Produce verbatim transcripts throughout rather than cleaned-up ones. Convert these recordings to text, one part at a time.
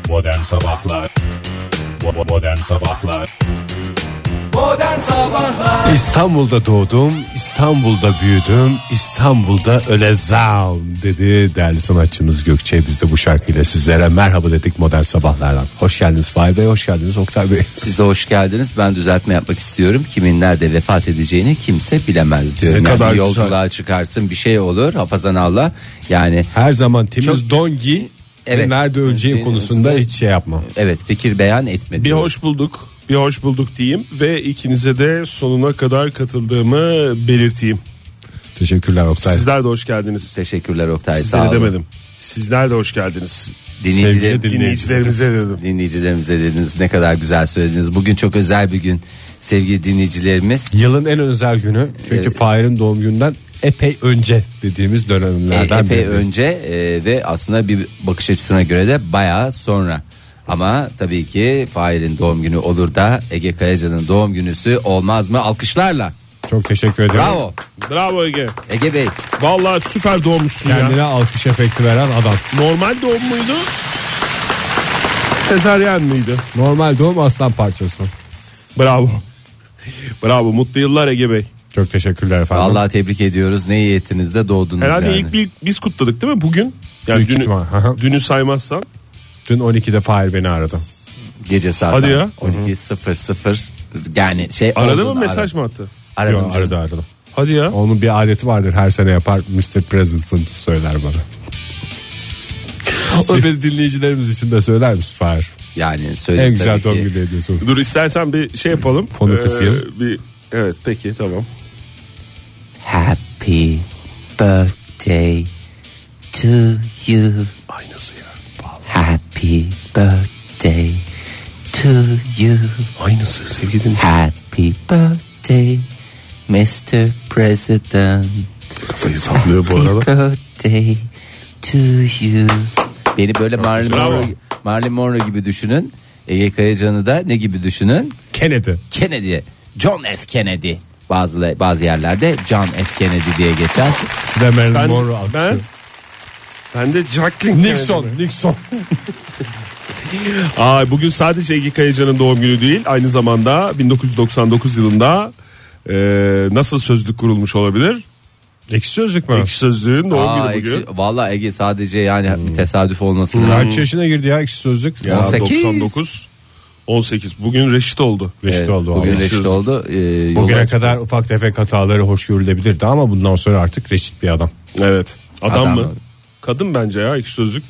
Modern Sabahlar Modern Sabahlar Modern Sabahlar İstanbul'da doğdum, İstanbul'da büyüdüm, İstanbul'da öleceğim dedi değerli sanatçımız Gökçe. Biz de bu şarkıyla sizlere merhaba dedik Modern Sabahlar'dan. Hoş geldiniz Fahir Bey, hoş geldiniz Oktay Bey. Siz de hoş geldiniz. Ben düzeltme yapmak istiyorum. Kimin nerede vefat edeceğini kimse bilemez diyorum. Ne Yani kadar bir yolculuğa güzel. çıkarsın, bir şey olur, hafazan Allah. Yani Her zaman temiz Çok- don giy Evet. ve nerede öleceğin Öleceğin konusunda konusunda- hiç şey yapma. evet, fikir beyan etmedi. Bir hoş bulduk. Bir hoş bulduk diyeyim ve ikinize de sonuna kadar katıldığımı belirteyim. Teşekkürler Oktay. Sizler de hoş geldiniz. Teşekkürler Oktay, sağ Sizlere olun. demedim. Sizler de hoş geldiniz. Dinleyiciler, Sevgili Dinleyicilerimize dedim. dinleyicilerimize dediniz, ne kadar güzel söylediniz. Bugün çok özel bir gün sevgili dinleyicilerimiz. Yılın en özel günü çünkü Evet. Fahir'in doğum gününden epey önce dediğimiz E, dönemlerden epey biri. önce e, ve aslında bir bakış açısına göre de bayağı sonra. Ama tabii ki Fahir'in doğum günü olur da Ege Kayacan'ın doğum günüsü olmaz mı? Alkışlarla. Çok teşekkür ederim. Bravo Bravo Ege. Ege Bey. Vallahi süper doğmuşsun Kendine ya. alkış efekti veren adam. Normal doğum muydu? Sezaryen miydi? Normal doğum aslan parçası. Bravo. Bravo. Mutlu yıllar Ege Bey. Çok teşekkürler efendim. Vallahi tebrik ediyoruz. Ne iyi ettiniz de doğdunuz Herhalde yani. ilk bir biz kutladık değil mi bugün? Yani Büyük dünü, ihtimal, hı hı. dünü saymazsan. Dün on ikide Fahir beni aradı. Gece saat Hadi ya. on iki sıfır sıfır yani şey Aradı olduğunu mı, mesaj ara- mı attı? Aradım Yok, canım. aradı aradı. Hadi ya. Onun bir adeti vardır, her sene yapar, mister President söyler bana. O bir dinleyicilerimiz için de söyler misin Fahir? Yani söyle En güzel tabii doğum ki. günü hediyesi. Dur istersen bir şey yapalım. Fonu kısayım. bir evet peki tamam. Happy birthday to you. Aynısı ya. Happy birthday to you. Aynısı sevgilim. Happy birthday mister President. Kafayı sallıyor bu Happy arada. birthday to you. Beni böyle Marilyn Bravo. Monroe, Marilyn Monroe gibi düşünün. Ege Kayacan'ı da ne gibi düşünün? Kennedy. Kennedy. John F. Kennedy. Bazı bazı yerlerde John F. Kennedy diye geçer. Ve Marilyn Ben, Monroe alkışı. ben, ben de Jacqueline Nixon, Kennedy. Nixon. Aa, bugün sadece Ege Kayacan'ın doğum günü değil, aynı zamanda bin dokuz yüz doksan dokuz yılında e, nasıl sözlük kurulmuş olabilir? Ekşi Sözlük mü? Ekşi Sözlüğün doğum Aa, günü bugün. ekşi- vallahi Ege sadece yani bir tesadüf olmasın. Kaç yaşına girdi ya Ekşi Sözlük? Ya, on sekiz. doksan dokuz on sekiz bugün reşit oldu. Reşit Evet, oldu. bugün vallahi. reşit oldu. Ee, Bugüne yola- kadar ufak tefek hataları hoş görülebilirdi ama bundan sonra artık reşit bir adam. Evet. Adam, Adam mı? mı? Kadın bence ya Ekşi Sözlük.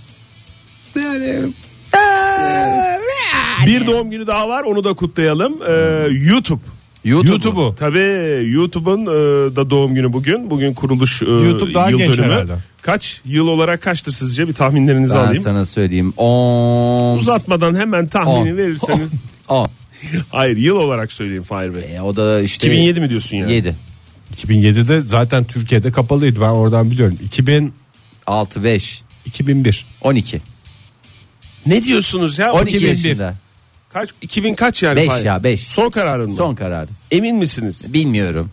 Bir doğum günü daha var, onu da kutlayalım. Ee, YouTube. YouTube. YouTube'u. Tabii YouTube'un e, da doğum günü bugün. Bugün kuruluş e, YouTube daha yıl genç dönümü. herhalde. Kaç yıl olarak kaçtır sizce? Bir tahminlerinizi Ben alayım. sana söyleyeyim. on Uzatmadan hemen tahmini On. verirseniz. on Hayır, yıl olarak söyleyeyim Fahir Bey. E, o da işte iki bin yedi mi diyorsun yani? yedi. iki bin yedide zaten Türkiye'de kapalıydı, ben oradan biliyorum. iki bin, altı beş iki bin bir. on iki. Ne diyorsunuz ya? on iki iki bin bir. yaşında. Kaç? iki bin kaç yani? beş Fahir? ya, beş. Son kararın mı? Son karar. Emin misiniz? Bilmiyorum.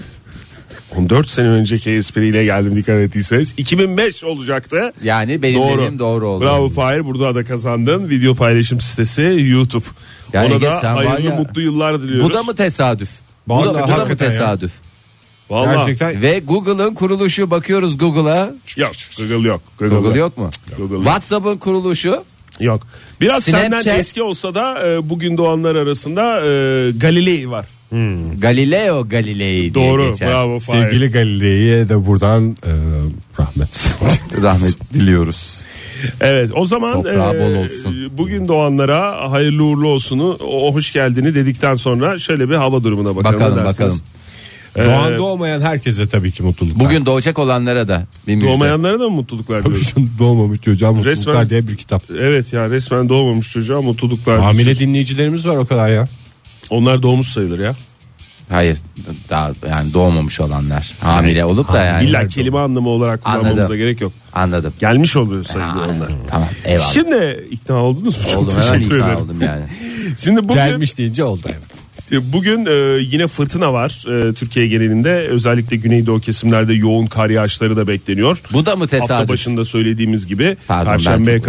on dört sene önceki espriyle geldim, dikkat ettiyseniz. iki bin beş olacaktı. Yani benim Doğru. dediğim doğru oldu. Bravo Fahir, burada da kazandın. Video paylaşım sitesi YouTube. Yani Ona Ege, da sen var hayırlı ya- mutlu yıllar diliyoruz. Bu da mı tesadüf? Bu da, Vallahi bu da mı hakikaten ya. tesadüf? Vallahi. Gerçekten Ve Google'ın kuruluşu, bakıyoruz Google'a. Yok, Google yok. Google, Google yok mu? Google yok. WhatsApp'ın kuruluşu. Yok. Biraz Snapchat. senden eski olsa da e, bugün doğanlar arasında e, Galilei var. Galileo Galilei diye Doğru. geçer. Bravo Fahir. sevgili Galilei'ye de buradan e, rahmet. Rahmet diliyoruz. Evet, o zaman Toprağı e, bol olsun. bugün doğanlara hayırlı uğurlu olsunu, o hoş geldini dedikten sonra şöyle bir hava durumuna bakalım. Bakalım Ne dersiniz? bakalım. Ee, Doğan doğmayan herkese tabii ki mutluluklar. Bugün doğacak olanlara da bir müjde. Doğmayanlara da mı mutluluklar tabii diliyoruz? canım, doğmamış çocuğa mutluluklar Resmen- diye bir kitap. Evet ya, resmen doğmamış çocuğa mutluluklar. Hamile diliyoruz. dinleyicilerimiz var o kadar ya. Onlar doğmuş sayılır ya. Hayır, daha yani doğmamış olanlar. Hamile olup da yani. İlla kelime anlamı olarak kullanmamıza Anladım. gerek yok. Anladım. Gelmiş oluyor sayılır Ha, onlar. Tamam, eyvallah. Şimdi ikna oldunuz mu? Çok Oldum, hemen teşekkür ikna ederim. oldum yani. Şimdi bugün Gelmiş deyince oldu. Evet. Bugün e, yine fırtına var e, Türkiye genelinde, özellikle güneydoğu kesimlerde yoğun kar yağışları da bekleniyor. Bu da mı Hafta tesadüf? başında söylediğimiz gibi Pardon, ben Perşembeye çok- kadar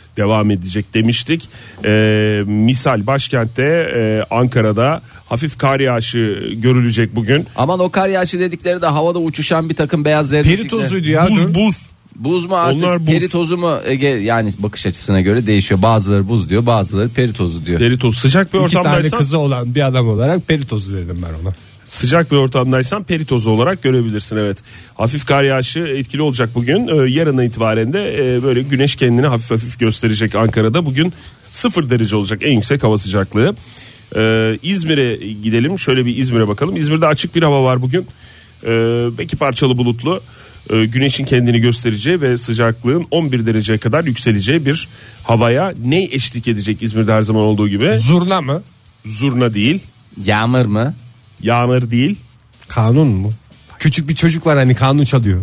devam edecek demiştik. Ee, misal başkentte e, Ankara'da hafif kar yağışı görülecek bugün. Aman o kar yağışı dedikleri de havada uçuşan bir takım beyaz zerrecikler. Peri tozuydu ya. Buz buz. Buz mu artık Onlar buz. peri tozu mu Ege, yani bakış açısına göre değişiyor. Bazıları buz diyor, bazıları peri tozu diyor. Peri tozu. Sıcak bir İki tane ortamdaysan kızı olan bir adam olarak peri tozu dedim ben ona. sıcak bir ortamdaysan peri tozu olarak görebilirsin, evet. Hafif kar yağışı etkili olacak bugün. Ee, yarından itibaren de e, böyle güneş kendini hafif hafif gösterecek Ankara'da. Bugün sıfır derece olacak en yüksek hava sıcaklığı. Ee, İzmir'e gidelim. Şöyle bir İzmir'e bakalım. İzmir'de açık bir hava var bugün. Ee, belki parçalı bulutlu. Ee, güneşin kendini göstereceği ve sıcaklığın on bir dereceye kadar yükseleceği bir havaya ne eşlik edecek İzmir'de her zaman olduğu gibi? Zurna mı? Zurna değil. Yağmur mu? Yağmur değil. Kanun mu? Küçük bir çocuk var hani kanun çalıyor.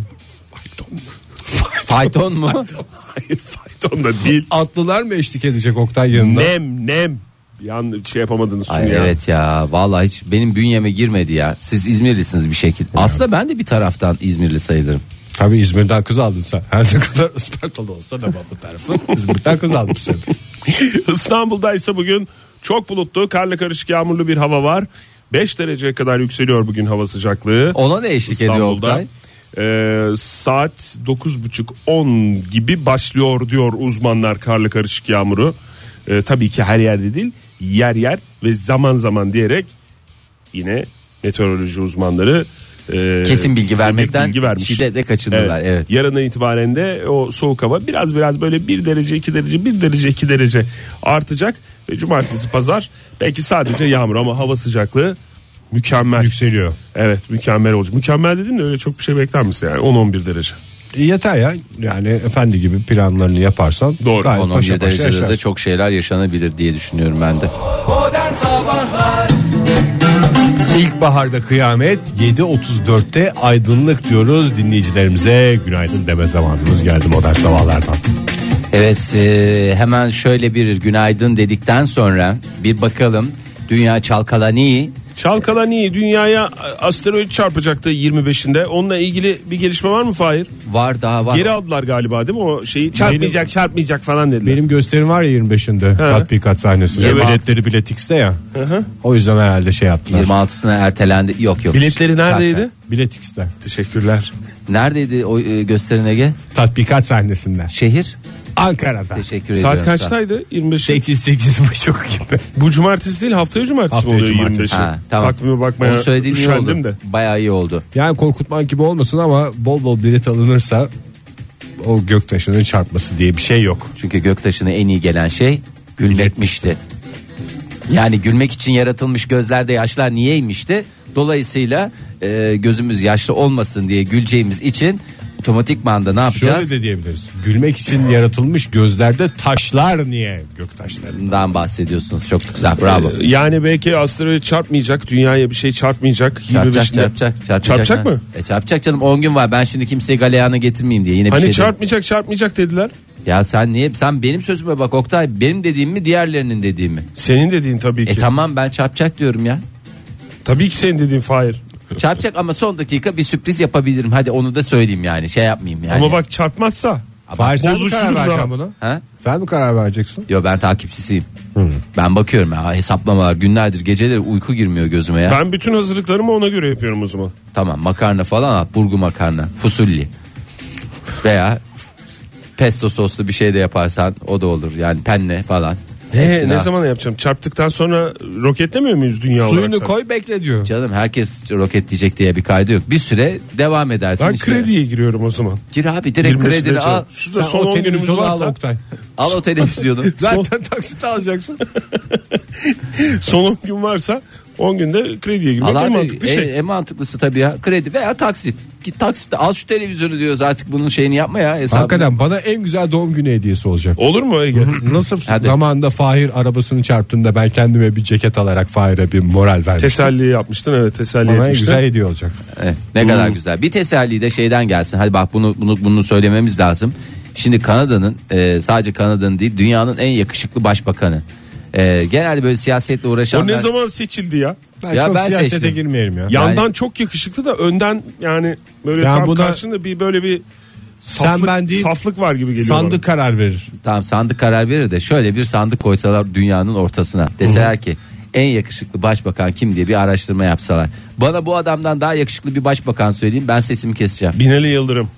Fayton mu? Hayır, fayton da değil. Atlılar mı eşlik edecek Oktay yanında? Nem nem. Yan şey yapamadınız şunu Ay ya. evet ya, vallahi hiç benim bünyeme girmedi ya. Siz İzmirlisiniz bir şekilde. Aslında ben de bir taraftan İzmirli sayılırım. Tabii İzmir'den kız aldın sen. Her ne kadar Ispartalı olsa da bu tarafı İzmir'den kız aldın sen. İstanbul'da ise bugün çok bulutlu, karla karışık yağmurlu bir hava var. beş dereceye kadar yükseliyor bugün hava sıcaklığı. Ona da eşlik ediyor İstanbul'da. Oktay. Ee, saat dokuz buçuk on gibi başlıyor diyor uzmanlar karla karışık yağmuru. Ee, tabii ki her yerde değil, yer yer ve zaman zaman diyerek yine meteoroloji uzmanları e, Kesin bilgi vermekten bilgi vermiş. şiddetle kaçındılar. Evet. Evet. Yarından itibaren de o soğuk hava biraz biraz böyle bir derece iki derece bir derece iki derece artacak ve cumartesi pazar belki sadece yağmur ama hava sıcaklığı mükemmel. Yükseliyor. Evet, mükemmel olacak. Mükemmel dedim de öyle çok bir şey bekler misin yani on on bir derece. Yeter ya. Yani efendi gibi planlarını yaparsan Doğru. gayet on on paşa bir paşa derecede de yaşarsın. çok şeyler yaşanabilir diye düşünüyorum ben de. Modern Sabahlar İlkbaharda kıyamet, yedi otuz dörtte aydınlık diyoruz dinleyicilerimize. Günaydın deme zamanımız geldi modern sabahlardan. Evet, e, hemen şöyle bir günaydın dedikten sonra bir bakalım dünya çalkalanıyor. Çalkalani dünyaya asteroid çarpacaktı yirmi beşinde. Onunla ilgili bir gelişme var mı Fahir? Var daha var. Geri aldılar galiba değil mi o şeyi? Çarpmayacak Benim- çarpmayacak falan dediler. Benim gösterim var ya yirmi beşinde tatbikat sahnesinde. Evet. Biletleri Biletix'te ya. O yüzden herhalde şey yaptılar. yirmi altısına ertelendi. Yok yok. Biletleri neredeydi? Çarptı. Biletix'te. Teşekkürler. Neredeydi o e, gösterin Ege? Tatbikat sahnesinde. Şehir. Ankara'da. Teşekkür Saat ediyorum. kaçtaydı? yirmi beş. sekiz sekiz buçuk gibi. Bu cumartesi değil, haftaya cumartesi Haftaya oluyor cumartesi. yirmi beşi. Ha, tamam. Takvime bakmaya Onu söylediğin iyi üşendim oldu. de. Bayağı iyi oldu. Yani korkutmak gibi olmasın ama bol bol bilet alınırsa o göktaşının çarpması diye bir şey yok. Çünkü göktaşına en iyi gelen şey gülmekmişti. Yani gülmek için yaratılmış gözlerde yaşlar niyeymişti? Dolayısıyla e, gözümüz yaşlı olmasın diye güleceğimiz için otomatikman da ne yapacağız? Şöyle de diyebiliriz. Gülmek için yaratılmış gözlerde taşlar niye göktaşları? Bundan bahsediyorsunuz. Çok güzel. Bravo. Ee, Yani belki asteroid çarpmayacak, dünyaya bir şey çarpmayacak. yirmi Çarpacak, beşinde. çarpacak, çarpacak. Çarpacak mı? E çarpacak canım, on gün var. Ben şimdi kimseyi galeyana getirmeyeyim diye yine bir Hani şey çarpmayacak çarpmayacak dediler. dedim. Ya sen niye, sen benim sözüme bak Oktay, benim dediğim mi diğerlerinin dediği mi? Senin dediğin tabii ki. E tamam, ben çarpacak diyorum ya. Tabii ki senin dediğin Fahir. Çarpacak ama son dakika bir sürpriz yapabilirim. Hadi onu da söyleyeyim yani, şey yapmayayım yani. Ama bak çarpmazsa. Fahir sen mi bozuşuruz karar ha. vereceksin buna? Ha? Sen mi karar vereceksin? Yo, ben takipçisiyim. Ben bakıyorum ya, hesaplamalar, günlerdir geceleri uyku girmiyor gözüme ya. Ben bütün hazırlıklarımı ona göre yapıyorum o zaman. Tamam, makarna falan at, burgu makarna, fusulli veya pesto soslu bir şey de yaparsan o da olur. Yani penne falan. He, Hepsini ne al. zaman yapacağım? Çarptıktan sonra roketlemiyor muyuz dünya olarak? Suyunu sen? koy bekle diyor. Canım, herkes roketleyecek diye bir kaydı yok. Bir süre devam edersin. Ben işte. krediye giriyorum o zaman. Gir abi, direkt yirmi beşinde kredini al. çarp. Şurada Sen son o on günümüz televizyonu al varsa Oktay. Al o televizyonu. Zaten taksit alacaksın. son on gün varsa on günde krediye girmek Al en abi, mantıklı e, şey. en mantıklısı tabii ya, kredi veya taksit. Git taksitle al şu televizyonu diyoruz, artık bunun şeyini yapma ya, hesabını. Hakikaten bana en güzel doğum günü hediyesi olacak. Olur mu Ege? Nasıl Hadi. zamanında Fahir arabasını çarptığında ben kendime bir ceket alarak Fahir'e bir moral vermiştim. Teselli yapmıştın, evet, teselli Bana en etmiştin. güzel hediye olacak. Evet, ne kadar güzel. Bir teselli de şeyden gelsin. Hadi bak, bunu bunu bunu söylememiz lazım. Şimdi Kanada'nın e, sadece Kanada'nın değil, dünyanın en yakışıklı başbakanı. E, genelde böyle siyasetle uğraşanlar. O ne zaman seçildi ya? Ben Ya çok ben siyasete seçtim. girmeyelim ya. Yandan çok yakışıklı da önden yani böyle Ya tam bu da- karşında bir böyle bir Saflık, Sen ben değil, saflık var gibi geliyor sandık bana. karar verir. Tamam, sandık karar verir de şöyle bir sandık koysalar dünyanın ortasına. Deseler ki en yakışıklı başbakan kim diye bir araştırma yapsalar. Bana bu adamdan daha yakışıklı bir başbakan söyleyeyim, ben sesimi keseceğim. Binali Yıldırım.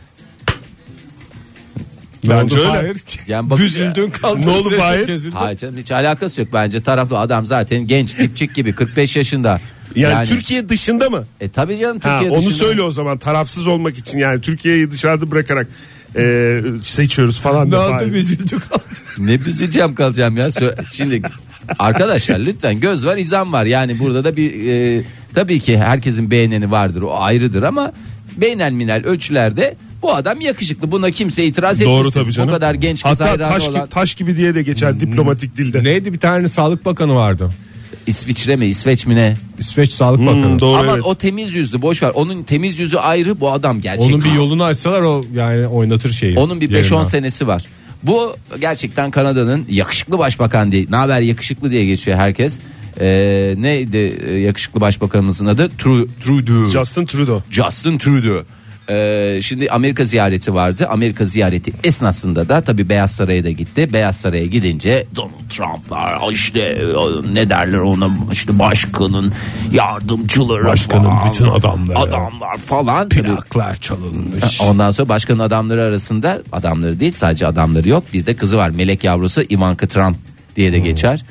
Bence öyle. Hayır. Yani bak- Büzüldün kaldın. Ne oldu Sesin Fahir? kesildi. Hayır canım, hiç alakası yok bence. Taraflı adam zaten genç, tipçik gibi, kırk beş yaşında. Yani, Türkiye dışında mı? E tabii canım, Ha, Türkiye onu dışında. söyle o zaman, tarafsız olmak için, yani Türkiye'yi dışarıda bırakarak e, seçiyoruz falan. Ne da oldu, Fahir. büzüldün kaldın. Ne büzüleceğim kalacağım ya. Sö- Şimdi arkadaşlar lütfen, göz var izan var. Yani burada da bir e, tabii ki herkesin beğeneni vardır, o ayrıdır ama beynel minel ölçülerde bu adam yakışıklı. Buna kimse itiraz etmesin. Doğru tabii canım. Bu kadar genç kız Hatta hayranı taş, olan. gibi, taş gibi diye de geçer diplomatik dilde. Neydi, bir tane Sağlık Bakanı vardı. İsviçre mi, İsveç mi ne? İsveç Sağlık Bakanı. Hmm, doğru, Ama evet. o temiz yüzlü, boş ver. Onun temiz yüzü ayrı, bu adam gerçek. Onun bir yolunu açsalar o yani oynatır şeyi. Onun bir beş on yerinden. senesi var. Bu gerçekten Kanada'nın yakışıklı başbakan diye. Ne haber yakışıklı diye geçiyor herkes. Ee, neydi e, yakışıklı başbakanımızın adı? Tru- Trudeau. Justin Trudeau. Justin Trudeau. Ee, şimdi Amerika ziyareti vardı. Amerika ziyareti esnasında da tabii Beyaz Saray'a da gitti. Beyaz Saray'a gidince Donald Trump'lar, işte ne derler ona, işte başkanın yardımcıları Başkanın falan, bütün adamları. adamlar falan. Plaklar çalınmış. Ondan sonra başkanın adamları arasında, adamları değil sadece adamları yok, bizde kızı var, melek yavrusu Ivanka Trump diye de geçer.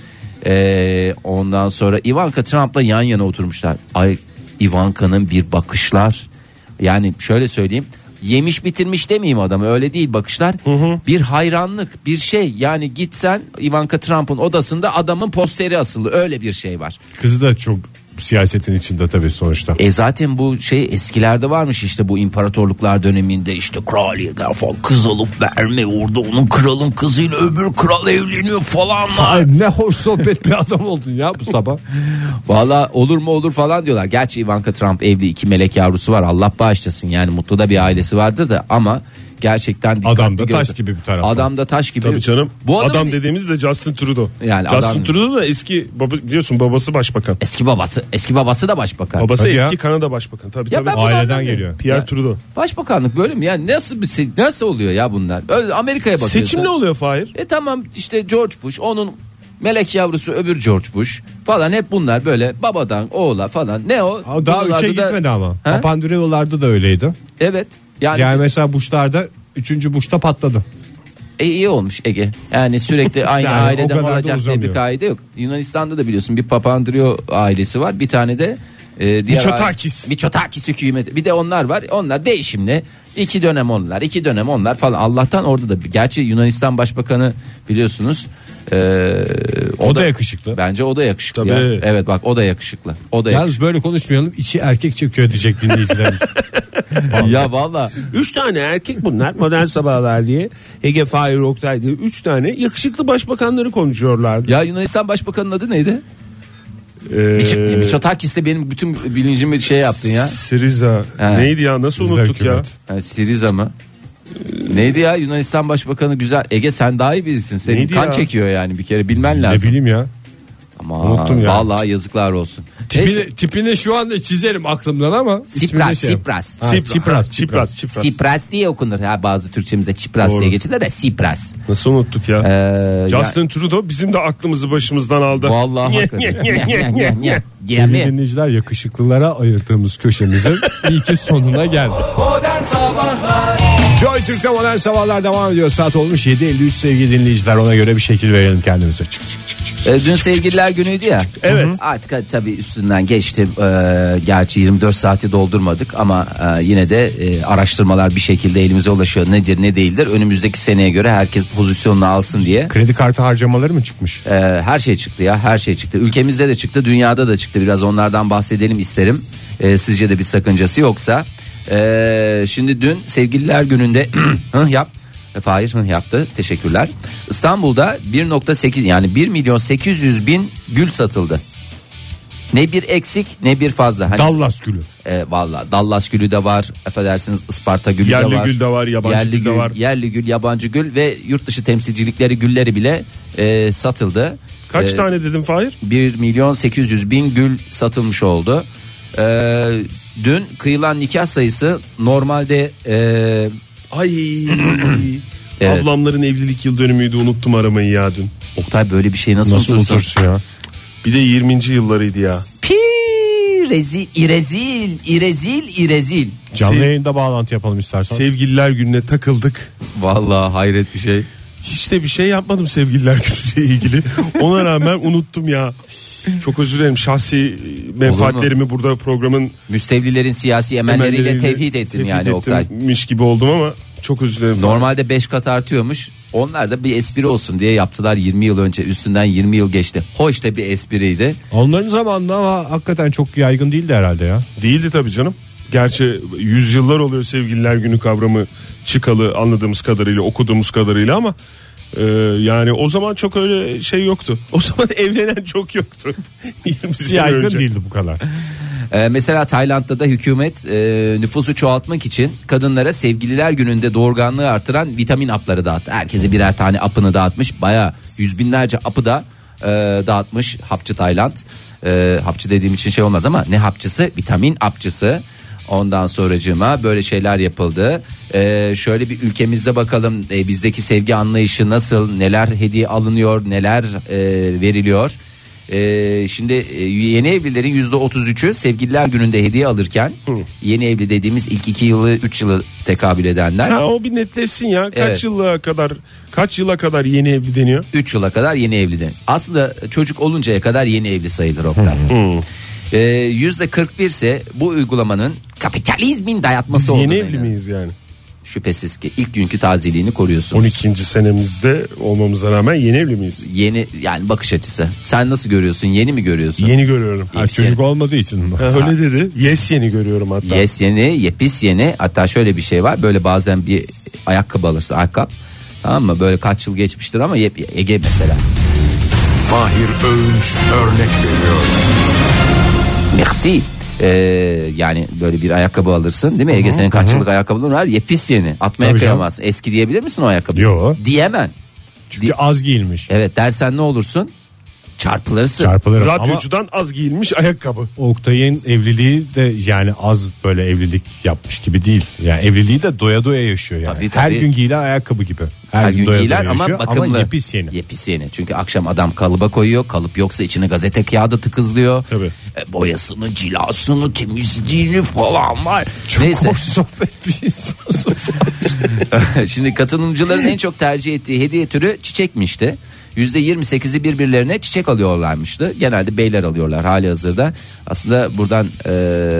Ee, ondan sonra Ivanka Trump'la yan yana oturmuşlar. Ay, Ivanka'nın bir bakışlar, yani şöyle söyleyeyim, yemiş bitirmiş demeyeyim adamı, öyle değil bakışlar. Bir hayranlık, bir şey, yani gitsen Ivanka Trump'ın odasında adamın posteri asılı, öyle bir şey var. Kızı da çok siyasetin içinde tabii sonuçta. E zaten bu şey eskilerde varmış, işte bu imparatorluklar döneminde işte kraliyetler falan, kız alıp verme, orada onun kralın kızıyla öbür kral evleniyor falan. Ay, ne hoş sohbet bir adam oldun ya bu sabah. Valla olur mu olur falan diyorlar. Gerçi Ivanka Trump evli, iki melek yavrusu var, Allah bağışlasın, yani mutlu da bir ailesi vardır da, ama gerçekten dikkatli Adam da gözle- taş gibi bir taraftan. Adam da taş gibi. Tabii canım. Bu adamın- adam dediğimiz de Justin Trudeau. Yani Justin adam- Trudeau da eski baba, biliyorsun babası başbakan. Eski babası, eski babası da başbakan. Babası Hadi ya. eski Kanada başbakanı. Tabii Ya tabii. ben bunu Aileden anlamıyorum. geliyor. Pierre Ya, Trudeau. Başbakanlık böyle mi? Yani nasıl bir se- nasıl oluyor ya bunlar? Öyle Amerika'ya bakıyorsun. Seçim ne oluyor Fahir? E tamam, işte George Bush, onun melek yavrusu öbür George Bush falan, hep bunlar böyle babadan oğula falan. Ne o? Aa, daha Bunun üçe adı da- gitmedi ama. He? Papandreou'larda da öyleydi. Evet. Yani, Yani mesela Bush'larda üçüncü Bush'ta patladı. e, iyi olmuş Ege. Yani sürekli aynı Yani o aileden kadar da olacak diye bir uzamıyor. kaide yok. Yunanistan'da da biliyorsun bir Papandreou ailesi var. Bir tane de e, diğer Mitsotakis. aile- Mitsotakis hükümeti. Bir de onlar var. Onlar değişimli. İki dönem onlar, iki dönem onlar falan. Allah'tan orada da, gerçi Yunanistan Başbakanı biliyorsunuz. e, O da yakışıklı. Bence o da yakışıklı. Tabii. Ya. Evet bak, o da yakışıklı. O da Yalnız yakışıklı. böyle konuşmayalım, içi erkek çekiyor diyecek dinleyicilerimiz. Ya valla. Üç tane erkek bunlar, modern sabahlar diye. Ege, Fahir, Oktay diye üç tane yakışıklı başbakanları konuşuyorlar. Ya Yunanistan Başbakanı'nın adı neydi? Ee, Miço- Mitsotakis de benim bütün bilincimi şey yaptın ya. Siriza. He. Neydi ya, nasıl Siriza unuttuk ya? hükümet. Ha, Siriza mı? Neydi ya Yunanistan Başbakanı, güzel. Ege sen daha iyi bilirsin. Senin Neydi kan ya? çekiyor yani, bir kere bilmen Ne lazım. bileyim ya. Ama unuttum ya. vallahi yazıklar olsun. Tipini, Neyse. tipini şu anda çizerim aklımdan ama. ismini Sipras, şey yap- Sipras. Ha, Sipras, Çipras, Çipras, Çipras. Sipras diye okunur. Ha, bazı Türkçemizde Çipras Doğru. diye geçilir de Sipras. Nasıl unuttuk ya? Ee, Justin Trudeau bizim de aklımızı başımızdan aldı. ya, vallahi hakikaten. Sevgili dinleyiciler, yakışıklılara ayırdığımız köşemizin iyi ki sonuna geldi. Modern Sabahlar Joy Türk'te modern sabahlar devam ediyor. Saat olmuş yedi elli üç sevgili dinleyiciler. Ona göre bir şekil verelim kendimize. Çık çık çık çık. Ee, Dün sevgililer günüydü ya. Evet. Artık tabii üstünden geçti. Ee, gerçi yirmi dört saati doldurmadık ama e, yine de e, araştırmalar bir şekilde elimize ulaşıyor. Nedir ne değildir. Önümüzdeki seneye göre herkes pozisyonunu alsın diye. Kredi kartı harcamaları mı çıkmış? Ee, her şey çıktı ya, her şey çıktı. Ülkemizde de çıktı, dünyada da çıktı. Biraz onlardan bahsedelim isterim. Ee, sizce de bir sakıncası yoksa. Ee, şimdi dün sevgililer gününde hıh yap. Fahir hıh yaptı. Teşekkürler. İstanbul'da bir nokta sekiz yani bir milyon sekiz yüz bin gül satıldı. Ne bir eksik ne bir fazla. Hani, Dallas gülü. e, valla Dallas gülü de var. Affedersiniz, Isparta gülü Yerli de var. gül de var, yabancı yerli gül de var. Yerli gül, yabancı gül ve yurt dışı temsilcilikleri gülleri bile e, satıldı. Kaç E, tane dedim Fahir? bir milyon sekiz yüz bin gül satılmış oldu. Ee, dün kıyılan nikah sayısı normalde e, Ay. Evet. Ablamların evlilik yıl dönümüydü, unuttum aramayı ya dün. Oktay böyle bir şey nasıl, Nasıl unutursun? unutursun ya? Bir de yirminci yıllarıydı ya. Pi rezil, irezil, irezil, irezil. Canlı Sev- yayında bağlantı yapalım istersen. Sevgililer gününe takıldık. Vallahi hayret bir şey. Hiç de bir şey yapmadım sevgililer günüyle ilgili. Ona rağmen unuttum ya. Çok özür dilerim, şahsi menfaatlerimi burada programın Müstevlilerin siyasi emelleriyle emelleriyle tevhid ettin tevhid yani Oktay. ettimmiş gibi oldum ama çok özür dilerim. Normalde beş kat artıyormuş. Onlar da bir espri olsun diye yaptılar yirmi yıl önce. Üstünden yirmi yıl geçti. Hoş da bir espriydi. Onların zamanında ama hakikaten çok yaygın değildi herhalde ya. Değildi tabii canım. Gerçi yüzyıllar oluyor sevgililer günü kavramı çıkalı, anladığımız kadarıyla, okuduğumuz kadarıyla ama e, yani o zaman çok öyle şey yoktu. O zaman evlenen çok yoktu. yirmi sene Yaygın önce. değildi bu kadar. Ee, mesela Tayland'da da hükümet e, nüfusu çoğaltmak için kadınlara sevgililer gününde doğurganlığı artıran vitamin hapları dağıttı. Herkese birer tane hapını dağıtmış. Baya yüz binlerce hapı da e, dağıtmış hapçı Tayland. E, hapçı dediğim için şey olmaz ama ne hapçısı? Vitamin hapçısı. Ondan sonracığıma böyle şeyler yapıldı. Ee, şöyle bir ülkemizde bakalım e, bizdeki sevgi anlayışı nasıl, neler hediye alınıyor, neler e, veriliyor. E, şimdi e, yeni evlilerin yüzde otuz üçü sevgililer gününde hediye alırken Hı. yeni evli dediğimiz ilk iki yılı üç yılı tekabül edenler Ha, o bir netleşsin ya. Kaç Evet. yıla kadar kaç yıla kadar yeni evli deniyor? üç yıla kadar yeni evli de. Aslında çocuk oluncaya kadar yeni evli sayılır Oktay. Ee, yüzde kırk bir ise bu uygulamanın kapitalizmin dayatması Biz olduğunu yeni evli inanıyor. miyiz yani? Şüphesiz ki ilk günkü tazeliğini koruyorsunuz. on ikinci senemizde olmamıza rağmen yeni evli miyiz? Yeni yani bakış açısı. Sen nasıl görüyorsun? Yeni mi görüyorsun? Yeni görüyorum. Ha, çocuk olmadığı için mi? Ha, öyle dedi. Yes yeni görüyorum hatta. Yes yeni, yepis yeni. Hatta şöyle bir şey var. Böyle bazen bir ayakkabı alırsın, ayakkabı. Tamam mı? Böyle kaç yıl geçmiştir ama yep, Ege mesela. Fahir Öğünç örnek veriyor. Merci. Ee, yani böyle bir ayakkabı alırsın değil mi? Ege senin kaç yıllık ayakkabıların var? Yepis yeni. Atmaya Tabii kıyamaz. Eski diyebilir misin o ayakkabıyı? Yo. Diyemem. Çünkü Di- az giyilmiş. Evet dersen ne olursun? Çarpılırsın. Çarpılır. Ama Radyocudan az giyilmiş ayakkabı. Oktay'ın evliliği de yani az böyle evlilik yapmış gibi değil. Yani evliliği de doya doya yaşıyor yani. Tabii, tabii. Her gün giyilen ayakkabı gibi. Her, Her gün doya giyiler doya ama yaşıyor bakımlı. yepis yeni. Yepis yeni. Çünkü akşam adam kalıba koyuyor. Kalıp yoksa içine gazete kağıdı tıkızlıyor. Tabii. E, boyasını, cilasını, temizliğini falan var. Neyse. Hoş sohbet bir insansın. Şimdi katılımcıların en çok tercih ettiği hediye türü çiçekmişti. yüzde yirmi sekizi birbirlerine çiçek alıyorlarmıştı. Genelde beyler alıyorlar hali hazırda. Aslında buradan e,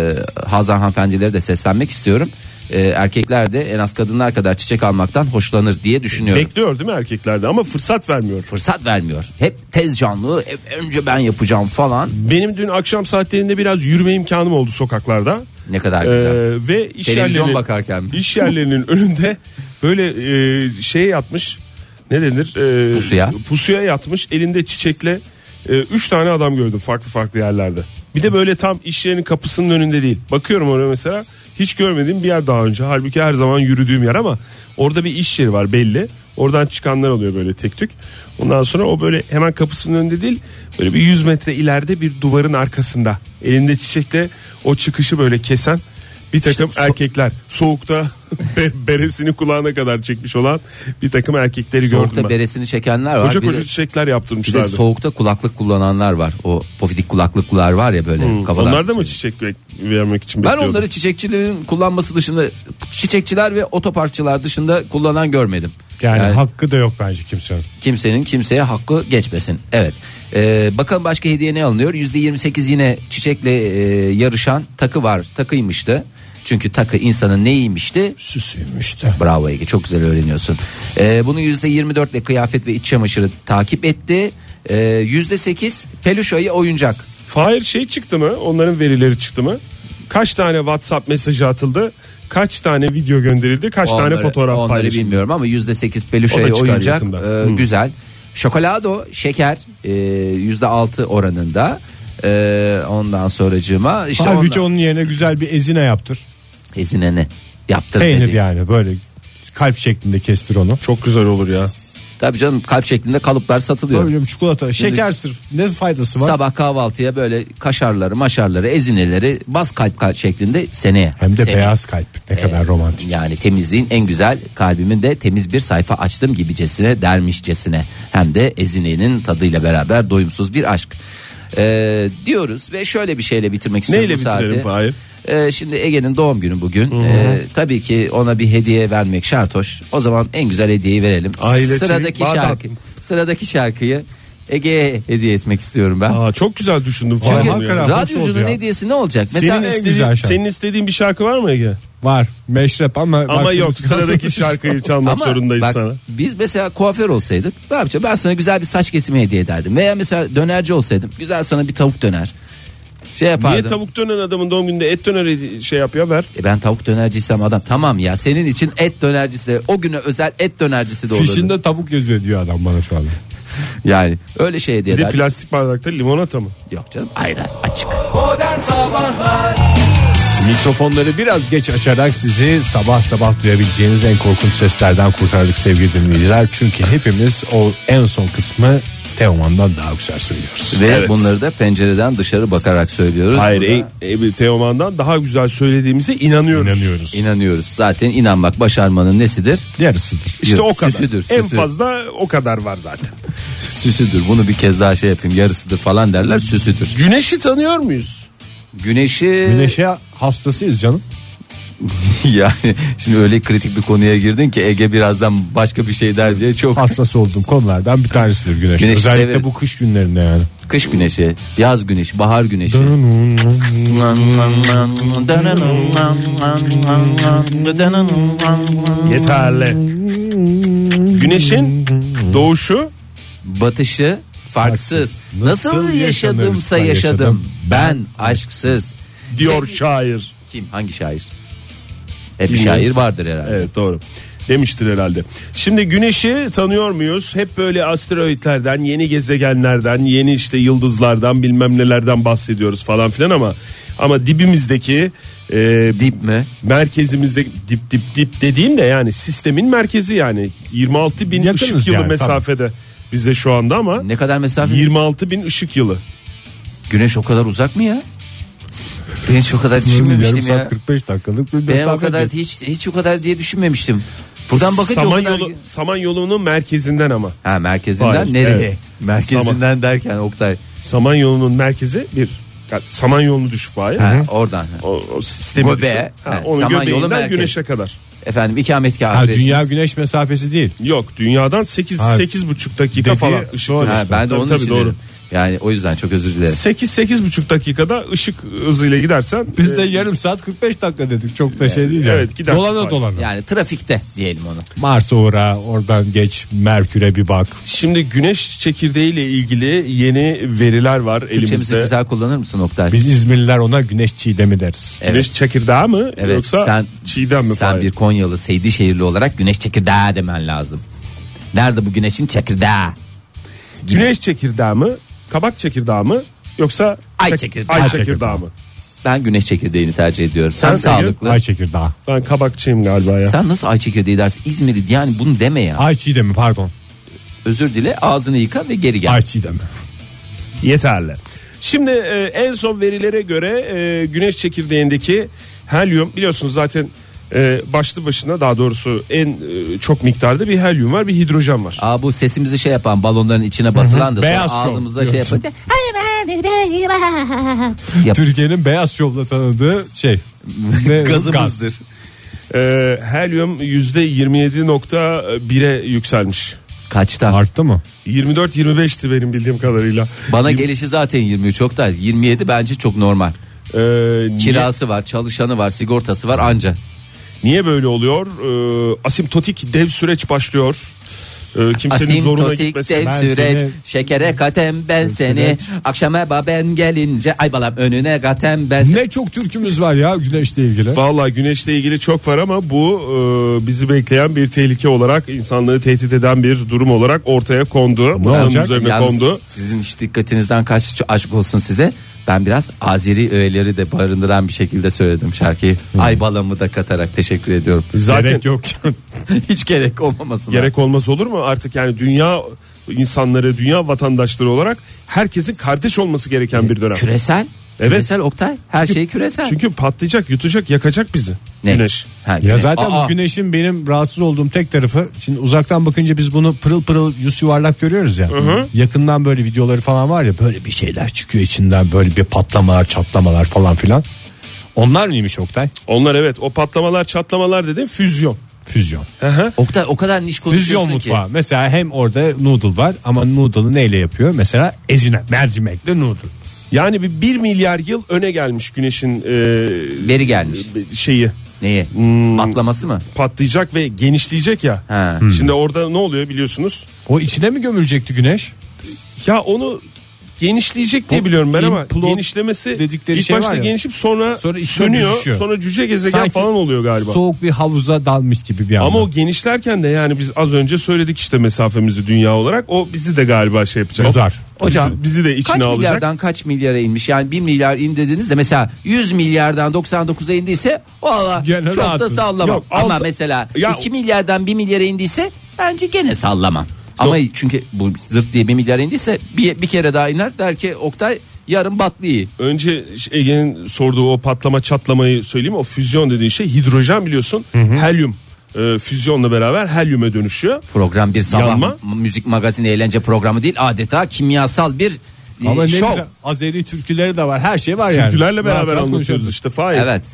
Hazan hanımefendilere de seslenmek istiyorum. E, erkekler de en az kadınlar kadar çiçek almaktan hoşlanır diye düşünüyorum. Bekliyor değil mi erkeklerde ama fırsat vermiyor. Fırsat vermiyor. Hep tez canlı, hep önce ben yapacağım falan. Benim dün akşam saatlerinde biraz yürüme imkanım oldu sokaklarda. Ne kadar güzel. Ee, ve iş Televizyon yerlerinin, bakarken mi? iş yerlerinin önünde böyle e, şeye yatmış, ne denir? E, Pusuya. Pusuya yatmış, elinde çiçekle e, üç tane adam gördüm farklı farklı yerlerde. Bir de böyle tam iş yerinin kapısının önünde değil. Bakıyorum oraya mesela, hiç görmediğim bir yer daha önce. Halbuki her zaman yürüdüğüm yer ama orada bir iş yeri var belli. Oradan çıkanlar oluyor böyle tek tük. Ondan sonra o böyle hemen kapısının önünde değil, böyle bir yüz metre ileride bir duvarın arkasında. Elinde çiçekle o çıkışı böyle kesen bir takım İşte so- erkekler. Soğukta be- beresini kulağına kadar çekmiş olan bir takım erkekleri gördüm Soğukta ben. beresini çekenler var. Koca Bir de- koca çiçekler Bir de yaptırmışlardı. soğukta kulaklık kullananlar var. O pofidik kulaklıklar var ya böyle Hmm, kafadan. Onlar da mı çiçek bek- vermek için Ben bekliyordu? onları çiçekçilerin kullanması dışında, çiçekçiler ve otoparkçılar dışında kullanan görmedim. Yani, Yani hakkı da yok bence kimsenin. kimsenin kimseye hakkı geçmesin. Evet. Ee, bakalım başka hediye ne alınıyor? yüzde yirmi sekiz yine çiçekle e, yarışan takı var. Takıymıştı. Çünkü takı insanın neymişti? Süsüymüş de. Bravo Ege, çok güzel öğreniyorsun. Ee, bunu yüzde yirmi dört ile kıyafet ve iç çamaşırı takip etti. Ee, yüzde sekiz peluş ayı oyuncak. Fahir şey çıktı mı? Onların verileri çıktı mı? Kaç tane WhatsApp mesajı atıldı? Kaç tane video gönderildi? Kaç tane Onları- fotoğraf Onları paylaşıldı? bilmiyorum ama yüzde sekiz peluş O da ayı çıkar oyuncak yakında. e, Hmm. güzel. Şokolado şeker e, yüzde altı oranında. E, ondan sonracığıma işte Halbuki ondan- onun yerine güzel bir ezine yaptır. ezine ne yaptır Peynir dedi. yani böyle kalp şeklinde kestir onu. Çok güzel olur ya. Tabii canım, kalp şeklinde kalıplar satılıyor. Böyle bir çikolata, şeker sırf ne faydası var? Sabah kahvaltıya böyle kaşarları, maşarları, ezineleri baz kalp, kalp şeklinde seneye. Hem de seneye. beyaz kalp. Ne kadar romantik. Yani temizliğin en güzel, kalbimin de temiz bir sayfa açtım gibicesine, dermişcesine. Hem de ezinenin tadıyla beraber doyumsuz bir aşk. Ee, diyoruz ve şöyle bir şeyle bitirmek istiyorum Neyle bu saati. bitirelim Fahir? Ee, şimdi Ege'nin doğum günü bugün. Ee, tabii ki ona bir hediye vermek şart hoş. O zaman en güzel hediyeyi verelim. Aile sıradaki çelik, şarkı, sıradaki şarkıyı Ege'ye hediye etmek istiyorum ben. Aa, çok güzel düşündüm. Çünkü Fahir ya. hakikaten- hoş oldu Radyocunun ya. hediyesi ne olacak? Mesela Senin, en istediğin, güzel şarkı. senin istediğin bir şarkı var mı Ege? Var. Meşrep ama Ama başka yok, bir- sıradaki şarkıyı çalmak ama zorundayız bak, sana. biz mesela kuaför olsaydık ne yapacağım? Ben sana güzel bir saç kesimi hediye ederdim. Veya mesela dönerci olsaydım güzel sana bir tavuk döner. Şey yapardım. Niye tavuk dönen adamın doğum gününde et döneri şey yap ya, ver. E ben tavuk dönerciysem adam tamam ya, senin için et dönercisi de o güne özel et dönercisi de olurdu. Fişinde tavuk yazıyor diyor adam bana şu anda. Yani öyle şey hediye Bir de ederdim. plastik bardakta limonata mı? Yok canım, ayran açık. Modern Sabahlar. Mikrofonları biraz geç açarak sizi sabah sabah duyabileceğiniz en korkunç seslerden kurtardık sevgili dinleyiciler. Çünkü hepimiz o en son kısmı Teoman'dan daha güzel söylüyoruz. Ve Evet. bunları da pencereden dışarı bakarak söylüyoruz. Hayır, Burada e, e, Teoman'dan daha güzel söylediğimize inanıyoruz. İnanıyoruz. inanıyoruz. Zaten inanmak başarmanın nesidir? Yarısıdır. İşte Yok, o kadar. süsüdür, En süsü. fazla o kadar var zaten. Süsüdür. Bunu bir kez daha şey yapayım. Yarısıdır falan derler, süsüdür. Güneşi tanıyor muyuz? Güneşi Güneşe hastasıyız canım. yani şimdi öyle kritik bir konuya girdin ki Ege birazdan başka bir şey der diye çok. Hassas olduğum konulardan bir tanesidir güneş. Güneşi Özellikle severiz. bu kış günlerinde yani. Kış güneşi, yaz güneşi, bahar güneşi. Yeterli. Güneşin doğuşu Batışı farksız. Nasıl, Nasıl yaşadımsa yaşanırsa yaşadım. yaşadım. Ben aşksız. diyor şair. Kim? Hangi şair? Hep bir Bilmiyorum. şair vardır herhalde. Evet, doğru. Demiştir herhalde. Şimdi güneşi tanıyor muyuz? Hep böyle asteroidlerden, yeni gezegenlerden, yeni işte yıldızlardan, bilmem nelerden bahsediyoruz falan filan ama ama dibimizdeki e, Dip mi? merkezimizde dip dip dip dediğim de yani sistemin merkezi, yani yirmi altı bin Yakınız ışık yılı yani, mesafede bize şu anda ama Ne kadar mesafe? yirmi altı bin ışık yılı. Güneş o kadar uzak mı ya? Ben hiç o kadar Yarım düşünmemiştim ya. saat kırk beş dakikalık bir Ben o mesafe. kadar hiç hiç o kadar diye düşünmemiştim. Buradan bakınca o kadar. Samanyolu, Samanyolu'nun merkezinden ama. Ha, merkezinden Hayır, nereye? evet. Merkezinden derken Oktay. Samanyolu'nun merkezi bir. Yani Samanyolu'nu düşün Fahir. Ha, oradan. O, o sistemi Göbeğe, düşün. Ha, ha, onun Samanyolu göbeğinden merkez. güneşe kadar. Efendim ikametgah Ha, adresiniz. dünya güneş mesafesi değil. Yok, dünyadan sekiz Ha, sekiz buçuk dakika dediği falan ışık doğru. yılı. Ha, ben de Tabii, onun tabii, için doğru. dedim. Yani o yüzden çok özür dilerim. sekiz sekiz buçuk dakikada ışık hızıyla gidersen Biz de e, yarım saat kırk beş dakika dedik. Çok da şey değil. evet, yani. gidersin. Dolana dolana. Yani trafikte diyelim onu. Mars'a uğra, oradan geç, Merkür'e bir bak. şimdi güneş çekirdeği ile ilgili yeni veriler var Türkçemizi elimizde. güzel kullanır mısın Oktay? Biz İzmirliler ona güneş çiğdemi deriz. Evet. Güneş çekirdeği mi Evet, yoksa sen çiğdem mi? Sen Fahir? bir Konyalı, Seydişehirli olarak güneş çekirdeği demen lazım. Nerede bu güneşin çekirdeği? Güneş çekirdeği mi? Kabak çekirdeği mi? Yoksa Ay çek- çekirdeği. Ay Ay çekirdeği çekirdeği. mi? Ben güneş çekirdeğini tercih ediyorum. Sen Hem Ege? sağlıklı. Ay çekirdeği. Ben kabakçıyım galiba ya. Sen nasıl ay çekirdeği dersin? İzmir'i yani bunu deme ya. Ay çiğdemi pardon. Özür dile, ağzını yıka ve geri gel. Ay çiğdemi. Yeterli. Şimdi e, en son verilere göre e, güneş çekirdeğindeki helyum, biliyorsunuz zaten e, başlı başına, daha doğrusu en e, çok miktarda bir helyum var, bir hidrojen var. Aa, bu sesimizi şey yapan, balonların içine basılan da Beyaz sonra şov ağzımızda şey diyorsun. yapınca Yap- Türkiye'nin beyaz şovla tanıdığı şey. Ne? Gaz. gazımızdır. E, helyum yüzde yirmi yedi nokta bire yükselmiş. Kaçtan? Arttı mı? yirmi dört yirmi beşti benim bildiğim kadarıyla. Bana gelişi zaten yirmi üç Oktay. yirmi yedi bence çok normal. E, niye, Kirası var, çalışanı var, sigortası var anca. niye böyle oluyor? E, asimptotik dev süreç başlıyor. E, kimsenin zoruna Asimptotik gitmesin. dev Ben süreç, seni- şekere katem ben seni, süreç. akşama baben gelince ay balam önüne katem ben seni. Ne çok türkümüz var ya güneşle ilgili. Vallahi güneşle ilgili çok var ama bu e, bizi bekleyen bir tehlike olarak, insanlığı tehdit eden bir durum olarak ortaya kondu. Masanın olacak? üzerine Yalnız kondu. sizin hiç dikkatinizden kaçtı, aşk olsun size. Ben biraz Azeri öğeleri de barındıran bir şekilde söyledim şarkıyı. Ay balamı da katarak teşekkür ediyorum. Zaten Gerek yok. Hiç gerek olmamasına. gerek olmaz olur mu? Artık yani dünya insanları, dünya vatandaşları olarak herkesin kardeş olması gereken bir dönem. Küresel. Evet. Küresel Oktay. Her şey küresel. Çünkü patlayacak, yutacak, yakacak bizi. Ne? Güneş. Ha, Ya güneş. zaten Aa, bu güneşin benim rahatsız olduğum tek tarafı, şimdi uzaktan bakınca biz bunu pırıl pırıl yüz yuvarlak görüyoruz ya. Yakından böyle videoları falan var ya, böyle bir şeyler çıkıyor içinden, böyle bir patlamalar, çatlamalar falan filan. Onlar mıymış Oktay? Onlar evet, o patlamalar, çatlamalar dedim, füzyon. Füzyon. Oktay o kadar niş konuşuyorsun Füzyon ki. mutfağı. Mesela hem orada noodle var ama noodle'ı neyle yapıyor? Mesela ezine, mercimekli noodle. Yani bir, bir milyar yıl öne gelmiş güneşin e, Beri gelmiş. şeyi. Neyi? Patlaması mı? Patlayacak ve genişleyecek ya. Ha. Şimdi orada ne oluyor biliyorsunuz? O içine mi gömülecekti güneş? Ya onu genişleyecek diye biliyorum ben ama implode genişlemesi dedikleri ilk şey başta var ya. genişip sonra, Sonra içine sönüyor. düşüyor. Sonra cüce gezegen Sanki falan oluyor galiba. Soğuk bir havuza dalmış gibi bir anda. Ama o genişlerken de yani biz az önce söyledik işte mesafemizi dünya olarak, o bizi de galiba şey yapacak. Bozar. Hocam bizi, bizi de içine kaç alacak. milyardan kaç milyara inmiş? Yani bir milyar in dediğinizde mesela yüz milyardan doksan dokuza indiyse valla Gene çok da rahatsın. sallamam. Yok, Ama altı- mesela Ya- iki milyardan bir milyara indiyse bence gene sallamam. Ama çünkü bu zırt diye bir milyara indiyse bir, bir kere daha iner, der ki Oktay yarın batlıyı. Önce Ege'nin sorduğu o patlama çatlamayı söyleyeyim. O füzyon dediği şey hidrojen biliyorsun. Helyum e, füzyonla beraber helyume dönüşüyor. Program bir sabah Yanma. m- müzik magazini eğlence programı değil, adeta kimyasal bir e, Ama ne şov. güzel, Azeri türküleri de var. Her şey var yani. Türkülerle beraber Rahat rahat anlatıyoruz konuşuyoruz. işte. Fahir. Evet.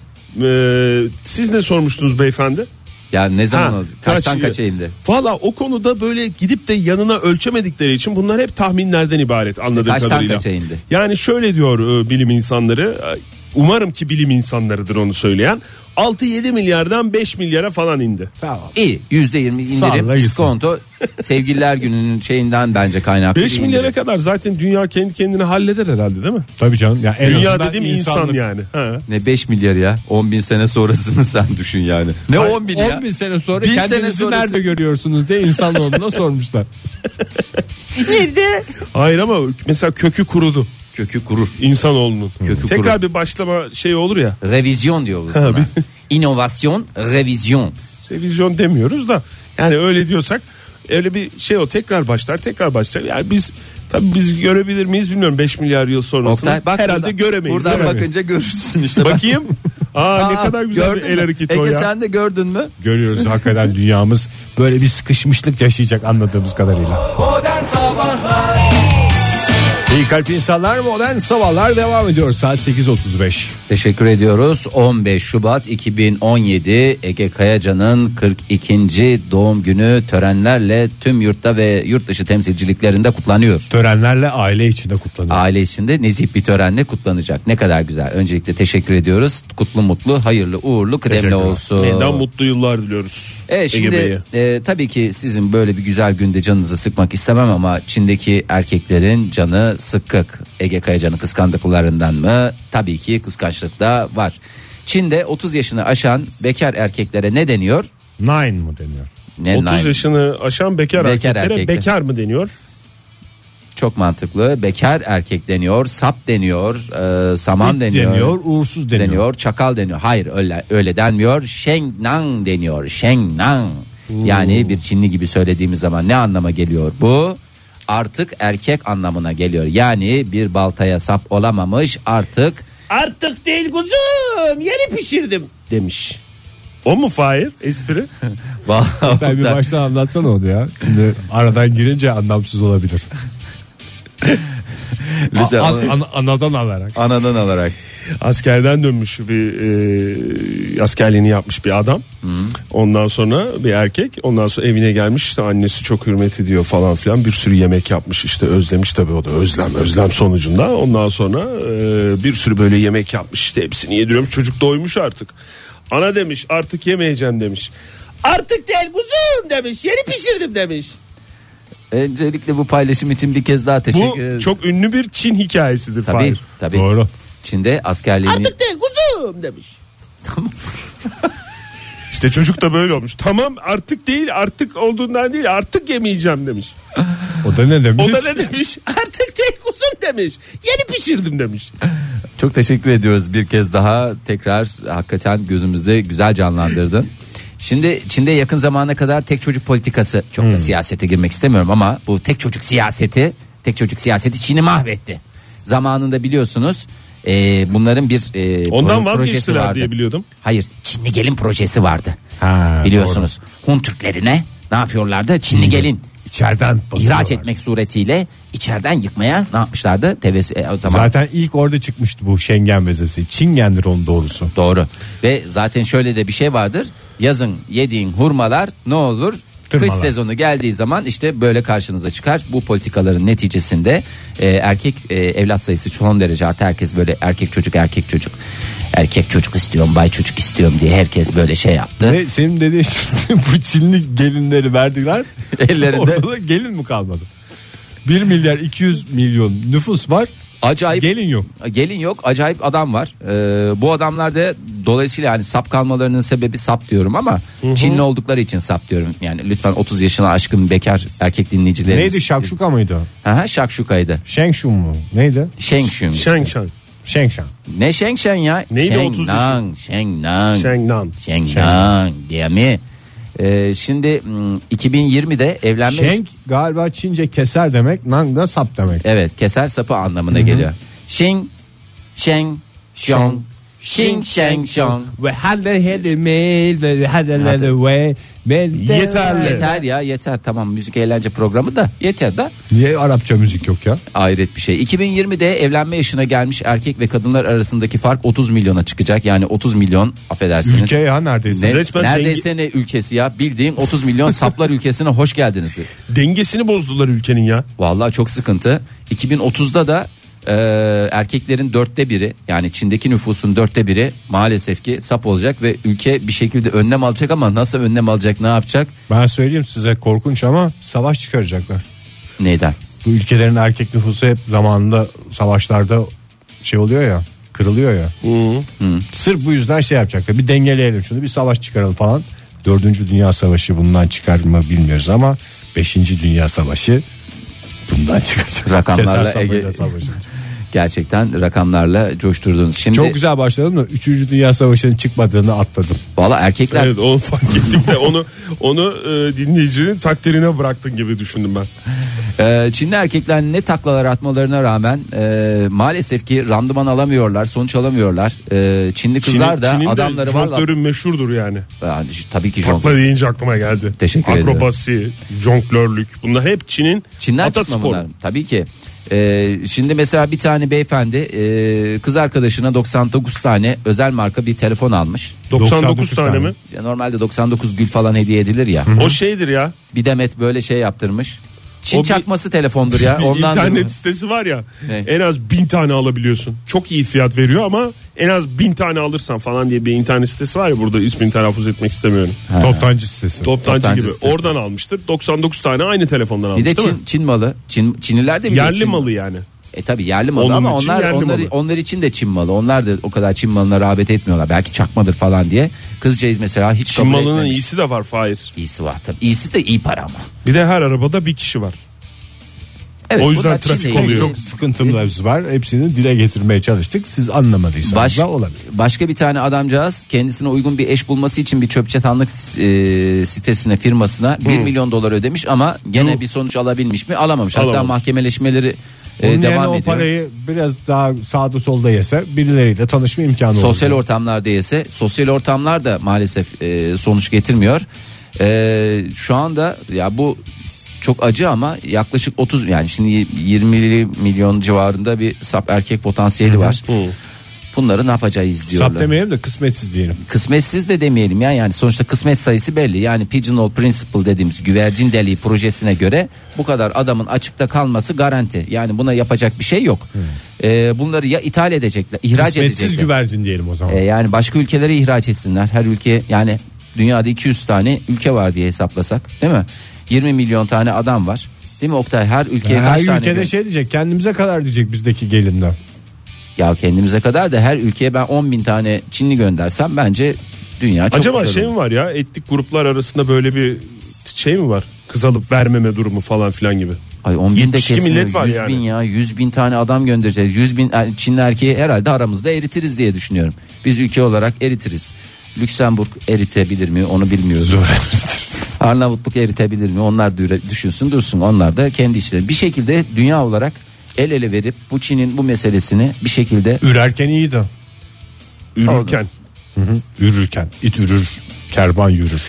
Ee, siz ne sormuştunuz beyefendi? Ya ne zaman Ha, oldu? Kaçtan kaç- kaça indi? Valla o konuda böyle gidip de yanına ölçemedikleri için bunlar hep tahminlerden ibaret anladığım kaçtan kadarıyla. kaça indi? Yani şöyle diyor e, bilim insanları, e, umarım ki bilim insanlarıdır onu söyleyen, altı yedi milyardan beş milyara falan indi. Tamam. İyi, yüzde yirmi Salla indirim, gitsin. iskonto sevgililer gününün şeyinden bence kaynaklı. beş bir milyara indirim. kadar zaten dünya kendi kendine halleder herhalde, değil mi? Tabii canım. Ya en Dünya azından dediğim insan insanlık- yani. Ha. Ne beş milyar ya, on bin sene sonrasını sen düşün yani. Ne Hayır, on bin ya? on bin sene sonra Bin kendinizi sene sonrası- nerede görüyorsunuz diye insanoğluna sormuşlar. Nerede? Hayır ama mesela kökü kurudu Kökü kurur. insanoğlunun. Kökü Tekrar kurur. bir başlama şey olur ya. Revizyon diyoruz buna. İnovasyon, revizyon. Revizyon demiyoruz da yani öyle diyorsak öyle bir şey, o tekrar başlar tekrar başlar. Yani biz tabii biz görebilir miyiz bilmiyorum beş milyar yıl sonrasını. Oktay, bak herhalde buradan- göremeyiz. Buradan göremeyiz. bakınca görürsün işte. Bakayım. Aa, ne Aa, kadar güzel bir gördün el mü? hareketi o Ege ya. sen de gördün mü? Görüyoruz hakikaten dünyamız böyle bir sıkışmışlık yaşayacak anladığımız kadarıyla. Modern Sabahlar İyi kalp insanlar, modern sabahlar devam ediyor. Saat sekiz otuz beş. Teşekkür ediyoruz. on beş Şubat iki bin on yedi Ege Kayacan'ın kırk ikinci doğum günü törenlerle tüm yurtta ve yurt dışı temsilciliklerinde kutlanıyor. Törenlerle aile içinde kutlanıyor. Aile içinde nezih bir törenle kutlanacak. Ne kadar güzel. Öncelikle teşekkür ediyoruz. Kutlu mutlu, hayırlı uğurlu, kıdemli Teşekkürler. olsun. Yeniden mutlu yıllar diliyoruz. Evet Ege Bey'e. şimdi e, tabii ki sizin böyle bir güzel günde canınızı sıkmak istemem ama Çin'deki erkeklerin canı sıkkık. Ege Kayacan'ın kıskandıklarından mı? Tabii ki kıskançlık da var. Çin'de otuz yaşını aşan bekar erkeklere ne deniyor? Nine mı deniyor? Ne otuz nine? yaşını aşan bekar, Bekar erkeklere erkekler. bekar mı deniyor? Çok mantıklı. Bekar erkek deniyor, sap deniyor, e, saman İt deniyor, deniyor, uğursuz deniyor. deniyor, çakal deniyor. Hayır öyle öyle denmiyor. Shengnang deniyor. Shengnang. Yani bir Çinli gibi söylediğimiz zaman ne anlama geliyor bu? Artık erkek anlamına geliyor. Yani bir baltaya sap olamamış, artık Artık değil kuzum, yeni pişirdim demiş. O mu Fahir espri? Tabii bir baştan anlatsana onu ya. Şimdi aradan girince anlamsız olabilir. Lütfen An- onu- an- anadan alarak. anadan alarak. Askerden dönmüş bir e, askerliğini yapmış bir adam. Ondan sonra bir erkek. Ondan sonra evine gelmiş, işte annesi çok hürmet ediyor falan filan. Bir sürü yemek yapmış, işte özlemiş tabii o da, özlem özlem sonucunda. Ondan sonra e, bir sürü böyle yemek yapmış, işte hepsini yediriyormuş. Çocuk doymuş artık. Ana demiş, artık yemeyeceğim demiş. Artık değil kuzum demiş, yeni pişirdim demiş. Öncelikle bu paylaşım için bir kez daha teşekkür Bu ederim. çok ünlü bir Çin hikayesidir tabii, Fahir. tabii. Doğru. Çin'de askerliğini Artık değil kuzum demiş. İşte çocuk da böyle olmuş. Tamam artık değil, artık olduğundan değil, artık yemeyeceğim demiş. O da ne demiş? O da ne demiş? Artık değil kuzum demiş. Yeni pişirdim demiş. Çok teşekkür ediyoruz bir kez daha, tekrar hakikaten gözümüzde güzel canlandırdın. Şimdi Çin'de yakın zamana kadar tek çocuk politikası, çok da siyasete girmek istemiyorum ama bu tek çocuk siyaseti, tek çocuk siyaseti Çin'i mahvetti. Zamanında biliyorsunuz e, bunların bir e, Ondan projesi vazgeçtiler vardı. diye biliyordum. Hayır, Çinli gelin projesi vardı. Ha, Biliyorsunuz Hun Türklerine ne yapıyorlardı? Çinli gelin İçeriden ihraç etmek suretiyle içeriden yıkmaya ne yapmışlardı? Tevesi, e, o zaman Zaten ilk orada çıkmıştı bu Schengen vizesi. Çingendir onun doğrusu. doğru. Ve zaten şöyle de bir şey vardır. Yazın yediğin hurmalar ne olur? Tırmalar. Kış sezonu geldiği zaman işte böyle karşınıza çıkar. Bu politikaların neticesinde e, erkek e, evlat sayısı son derece arttı. Herkes böyle erkek çocuk erkek çocuk. Erkek çocuk istiyorum, bay çocuk istiyorum diye herkes böyle şey yaptı. Ve senin dediğin şimdi bu Çinli gelinleri verdiler. Ellerinde- Orada da gelin mi kalmadı? bir milyar iki yüz milyon nüfus var. Acayip Gelin yok. Gelin yok, acayip adam var. Ee, bu adamlar da dolayısıyla hani sap kalmalarının sebebi sap diyorum ama Çinli oldukları için sap diyorum. Yani lütfen otuz yaşına aşkın bekar erkek dinleyicilerimiz. Neydi, şakşuka mıydı o? Aha, şakşukaydı. Shengshun mu? Neydi? Shengshun. Şen şen. Shengshan. Ne Shengshan ya? Neydi otuz Şengnan, Şengnan. Şengnan. Şengnan diye mi? Ee, şimdi m, iki bin yirmide evlenme... Sheng galiba Çince keser demek, nang da sap demek. Evet, keser sapı anlamına geliyor. Sheng, Sheng, Shong, Shing, Sheng, Shong. Ve hadi hadi mail ve hadi hadi ve Yeterli. Yeter ya, yeter, tamam, müzik eğlence programı da yeter da. Niye Arapça müzik yok ya? Hayret bir şey. iki bin yirmide evlenme yaşına gelmiş erkek ve kadınlar arasındaki fark otuz milyona çıkacak. Yani otuz milyon, affedersiniz. Ülke ya neredeyse. Ne, Resmen neredeyse ne ülkesi ya, bildiğin otuz milyon saplar ülkesine hoş geldiniz. Dengesini bozdular ülkenin ya. Vallahi çok sıkıntı. iki bin otuzda da e, erkeklerin dörtte biri, yani Çin'deki nüfusun dörtte biri maalesef ki sap olacak ve ülke bir şekilde önlem alacak ama nasıl önlem alacak, ne yapacak? Ben söyleyeyim size, korkunç ama savaş çıkaracaklar. Neyden? Bu ülkelerin erkek nüfusu hep zamanında savaşlarda şey oluyor ya, kırılıyor ya. Hı. Sırf bu yüzden şey yapacaklar. Bir dengeleyelim şunu, bir savaş çıkaralım falan. Dördüncü Dünya Savaşı bundan çıkar mı bilmiyoruz ama Beşinci Dünya Savaşı bundan çıkacak. Rakamlarla Keser Ege- sapıyla savaşı. Gerçekten rakamlarla coşturdunuz. Şimdi Çok güzel başladım da Üçüncü Dünya Savaşı'nın çıkmadığı atladım. valla erkekler Evet, onu fark ettim de onu onu e, dinleyicinin takdirine bıraktın gibi düşündüm ben. Ee, Çinli erkekler ne taklalar atmalarına rağmen e, maalesef ki randıman alamıyorlar, sonuç alamıyorlar. E, Çinli kızlar Çin'in, da Çin'in adamları de var. jonglörü meşhurdur yani. Yani, tabii ki jonglör. Takla deyince aklıma geldi. Teşekkür ederim. Akrobasi, jonglörlük, bunlar hep Çin'in Çin'den çıkma atasporu. bunlar. Tabii ki. Ee, şimdi mesela bir tane beyefendi e, kız arkadaşına doksan dokuz tane özel marka bir telefon almış. doksan dokuz doksan dokuz tane tane. mi? Ya normalde doksan dokuz gül falan hediye edilir ya. O şeydir ya. Bir demet böyle şey yaptırmış. Çin O bir- çakması telefondur ya. Bir Ondan internet sitesi var ya. Ne? En az bin tane alabiliyorsun. Çok iyi fiyat veriyor ama en az bin tane alırsan falan diye bir internet sitesi var ya, burada ismini telaffuz etmek istemiyorum. Toptancı sitesi. Toptancı, Toptancı gibi. sitesi. Oradan almıştır. doksan dokuz tane aynı telefondan almış Bir de değil mi? Çin, Çin malı. Çin, Çinliler de bir de Yerli Çin- malı yani. E tabi yerli malı Onun ama için onlar yerli onlar, malı. onlar için de Çin malı. Onlar da o kadar Çin malına rağbet etmiyorlar. Belki çakmadır falan diye. Kızcağız mesela hiç Çin kabul malının etmemiş. iyisi de var Fahir. İyisi var tabii. İyisi de iyi para ama. Bir de her arabada bir kişi var. Evet, O yüzden bunlar trafik Çin'le ilgili. oluyor. Çok sıkıntımız var. Hepsini dile getirmeye çalıştık. Siz anlamadıysanız Baş, da olabilir. başka bir tane adamcağız kendisine uygun bir eş bulması için bir çöp çatanlık e, sitesine, firmasına bir milyon dolar ödemiş ama gene Yuh. bir sonuç alabilmiş mi? Alamamış. Hatta Alamamış. mahkemeleşmeleri e, Onun yerine devam o ediyor. parayı biraz daha sağda solda yese birileriyle tanışma imkanı olur. Sosyal ortamlarda yese, sosyal ortamlar da maalesef e, sonuç getirmiyor. E, şu anda ya bu çok acı ama yaklaşık otuz, yani şimdi yirmi milyon civarında bir sap erkek potansiyeli var. Bunları ne yapacağız diyorlar. Sap demeyelim de kısmetsiz diyelim. Kısmetsiz de demeyelim ya, yani sonuçta kısmet sayısı belli. Yani Pigeonhole Principle dediğimiz güvercin deliği projesine göre bu kadar adamın açıkta kalması garanti. Yani buna yapacak bir şey yok. Ee, bunları ya ithal edecekler, ihraç Kısmetsiz edecekler. güvercin diyelim o zaman. Ee, yani başka ülkelere ihraç etsinler. Her ülke, yani dünyada iki yüz tane ülke var diye hesaplasak, değil mi? yirmi milyon tane adam var. Değil mi Oktay? Her ülkeye Her kaç tane ülkede gö- şey diyecek, kendimize kadar diyecek bizdeki gelinden. Ya kendimize kadar da her ülkeye ben on bin tane Çinli göndersem bence dünya çok Acaba güzel şey olur. mi var ya, etnik gruplar arasında böyle bir şey mi var? Kız alıp vermeme durumu falan filan gibi. Ay on bin de yetmiş iki kesmiyor. millet var yüz yani. bin ya, yüz bin tane adam göndereceğiz. yüz bin yani Çinli erkeği herhalde aramızda eritiriz diye düşünüyorum. Biz ülke olarak eritiriz. Lüksemburg eritebilir mi onu bilmiyoruz. Arnavutluk eritebilir mi? Onlar düşünsün dursun. Onlar da kendi işleri. Bir şekilde dünya olarak el ele verip bu Çin'in bu meselesini bir şekilde Ürerken iyiydi. Ürürken. Hı hı. Ürürken. İt ürür, kervan yürür.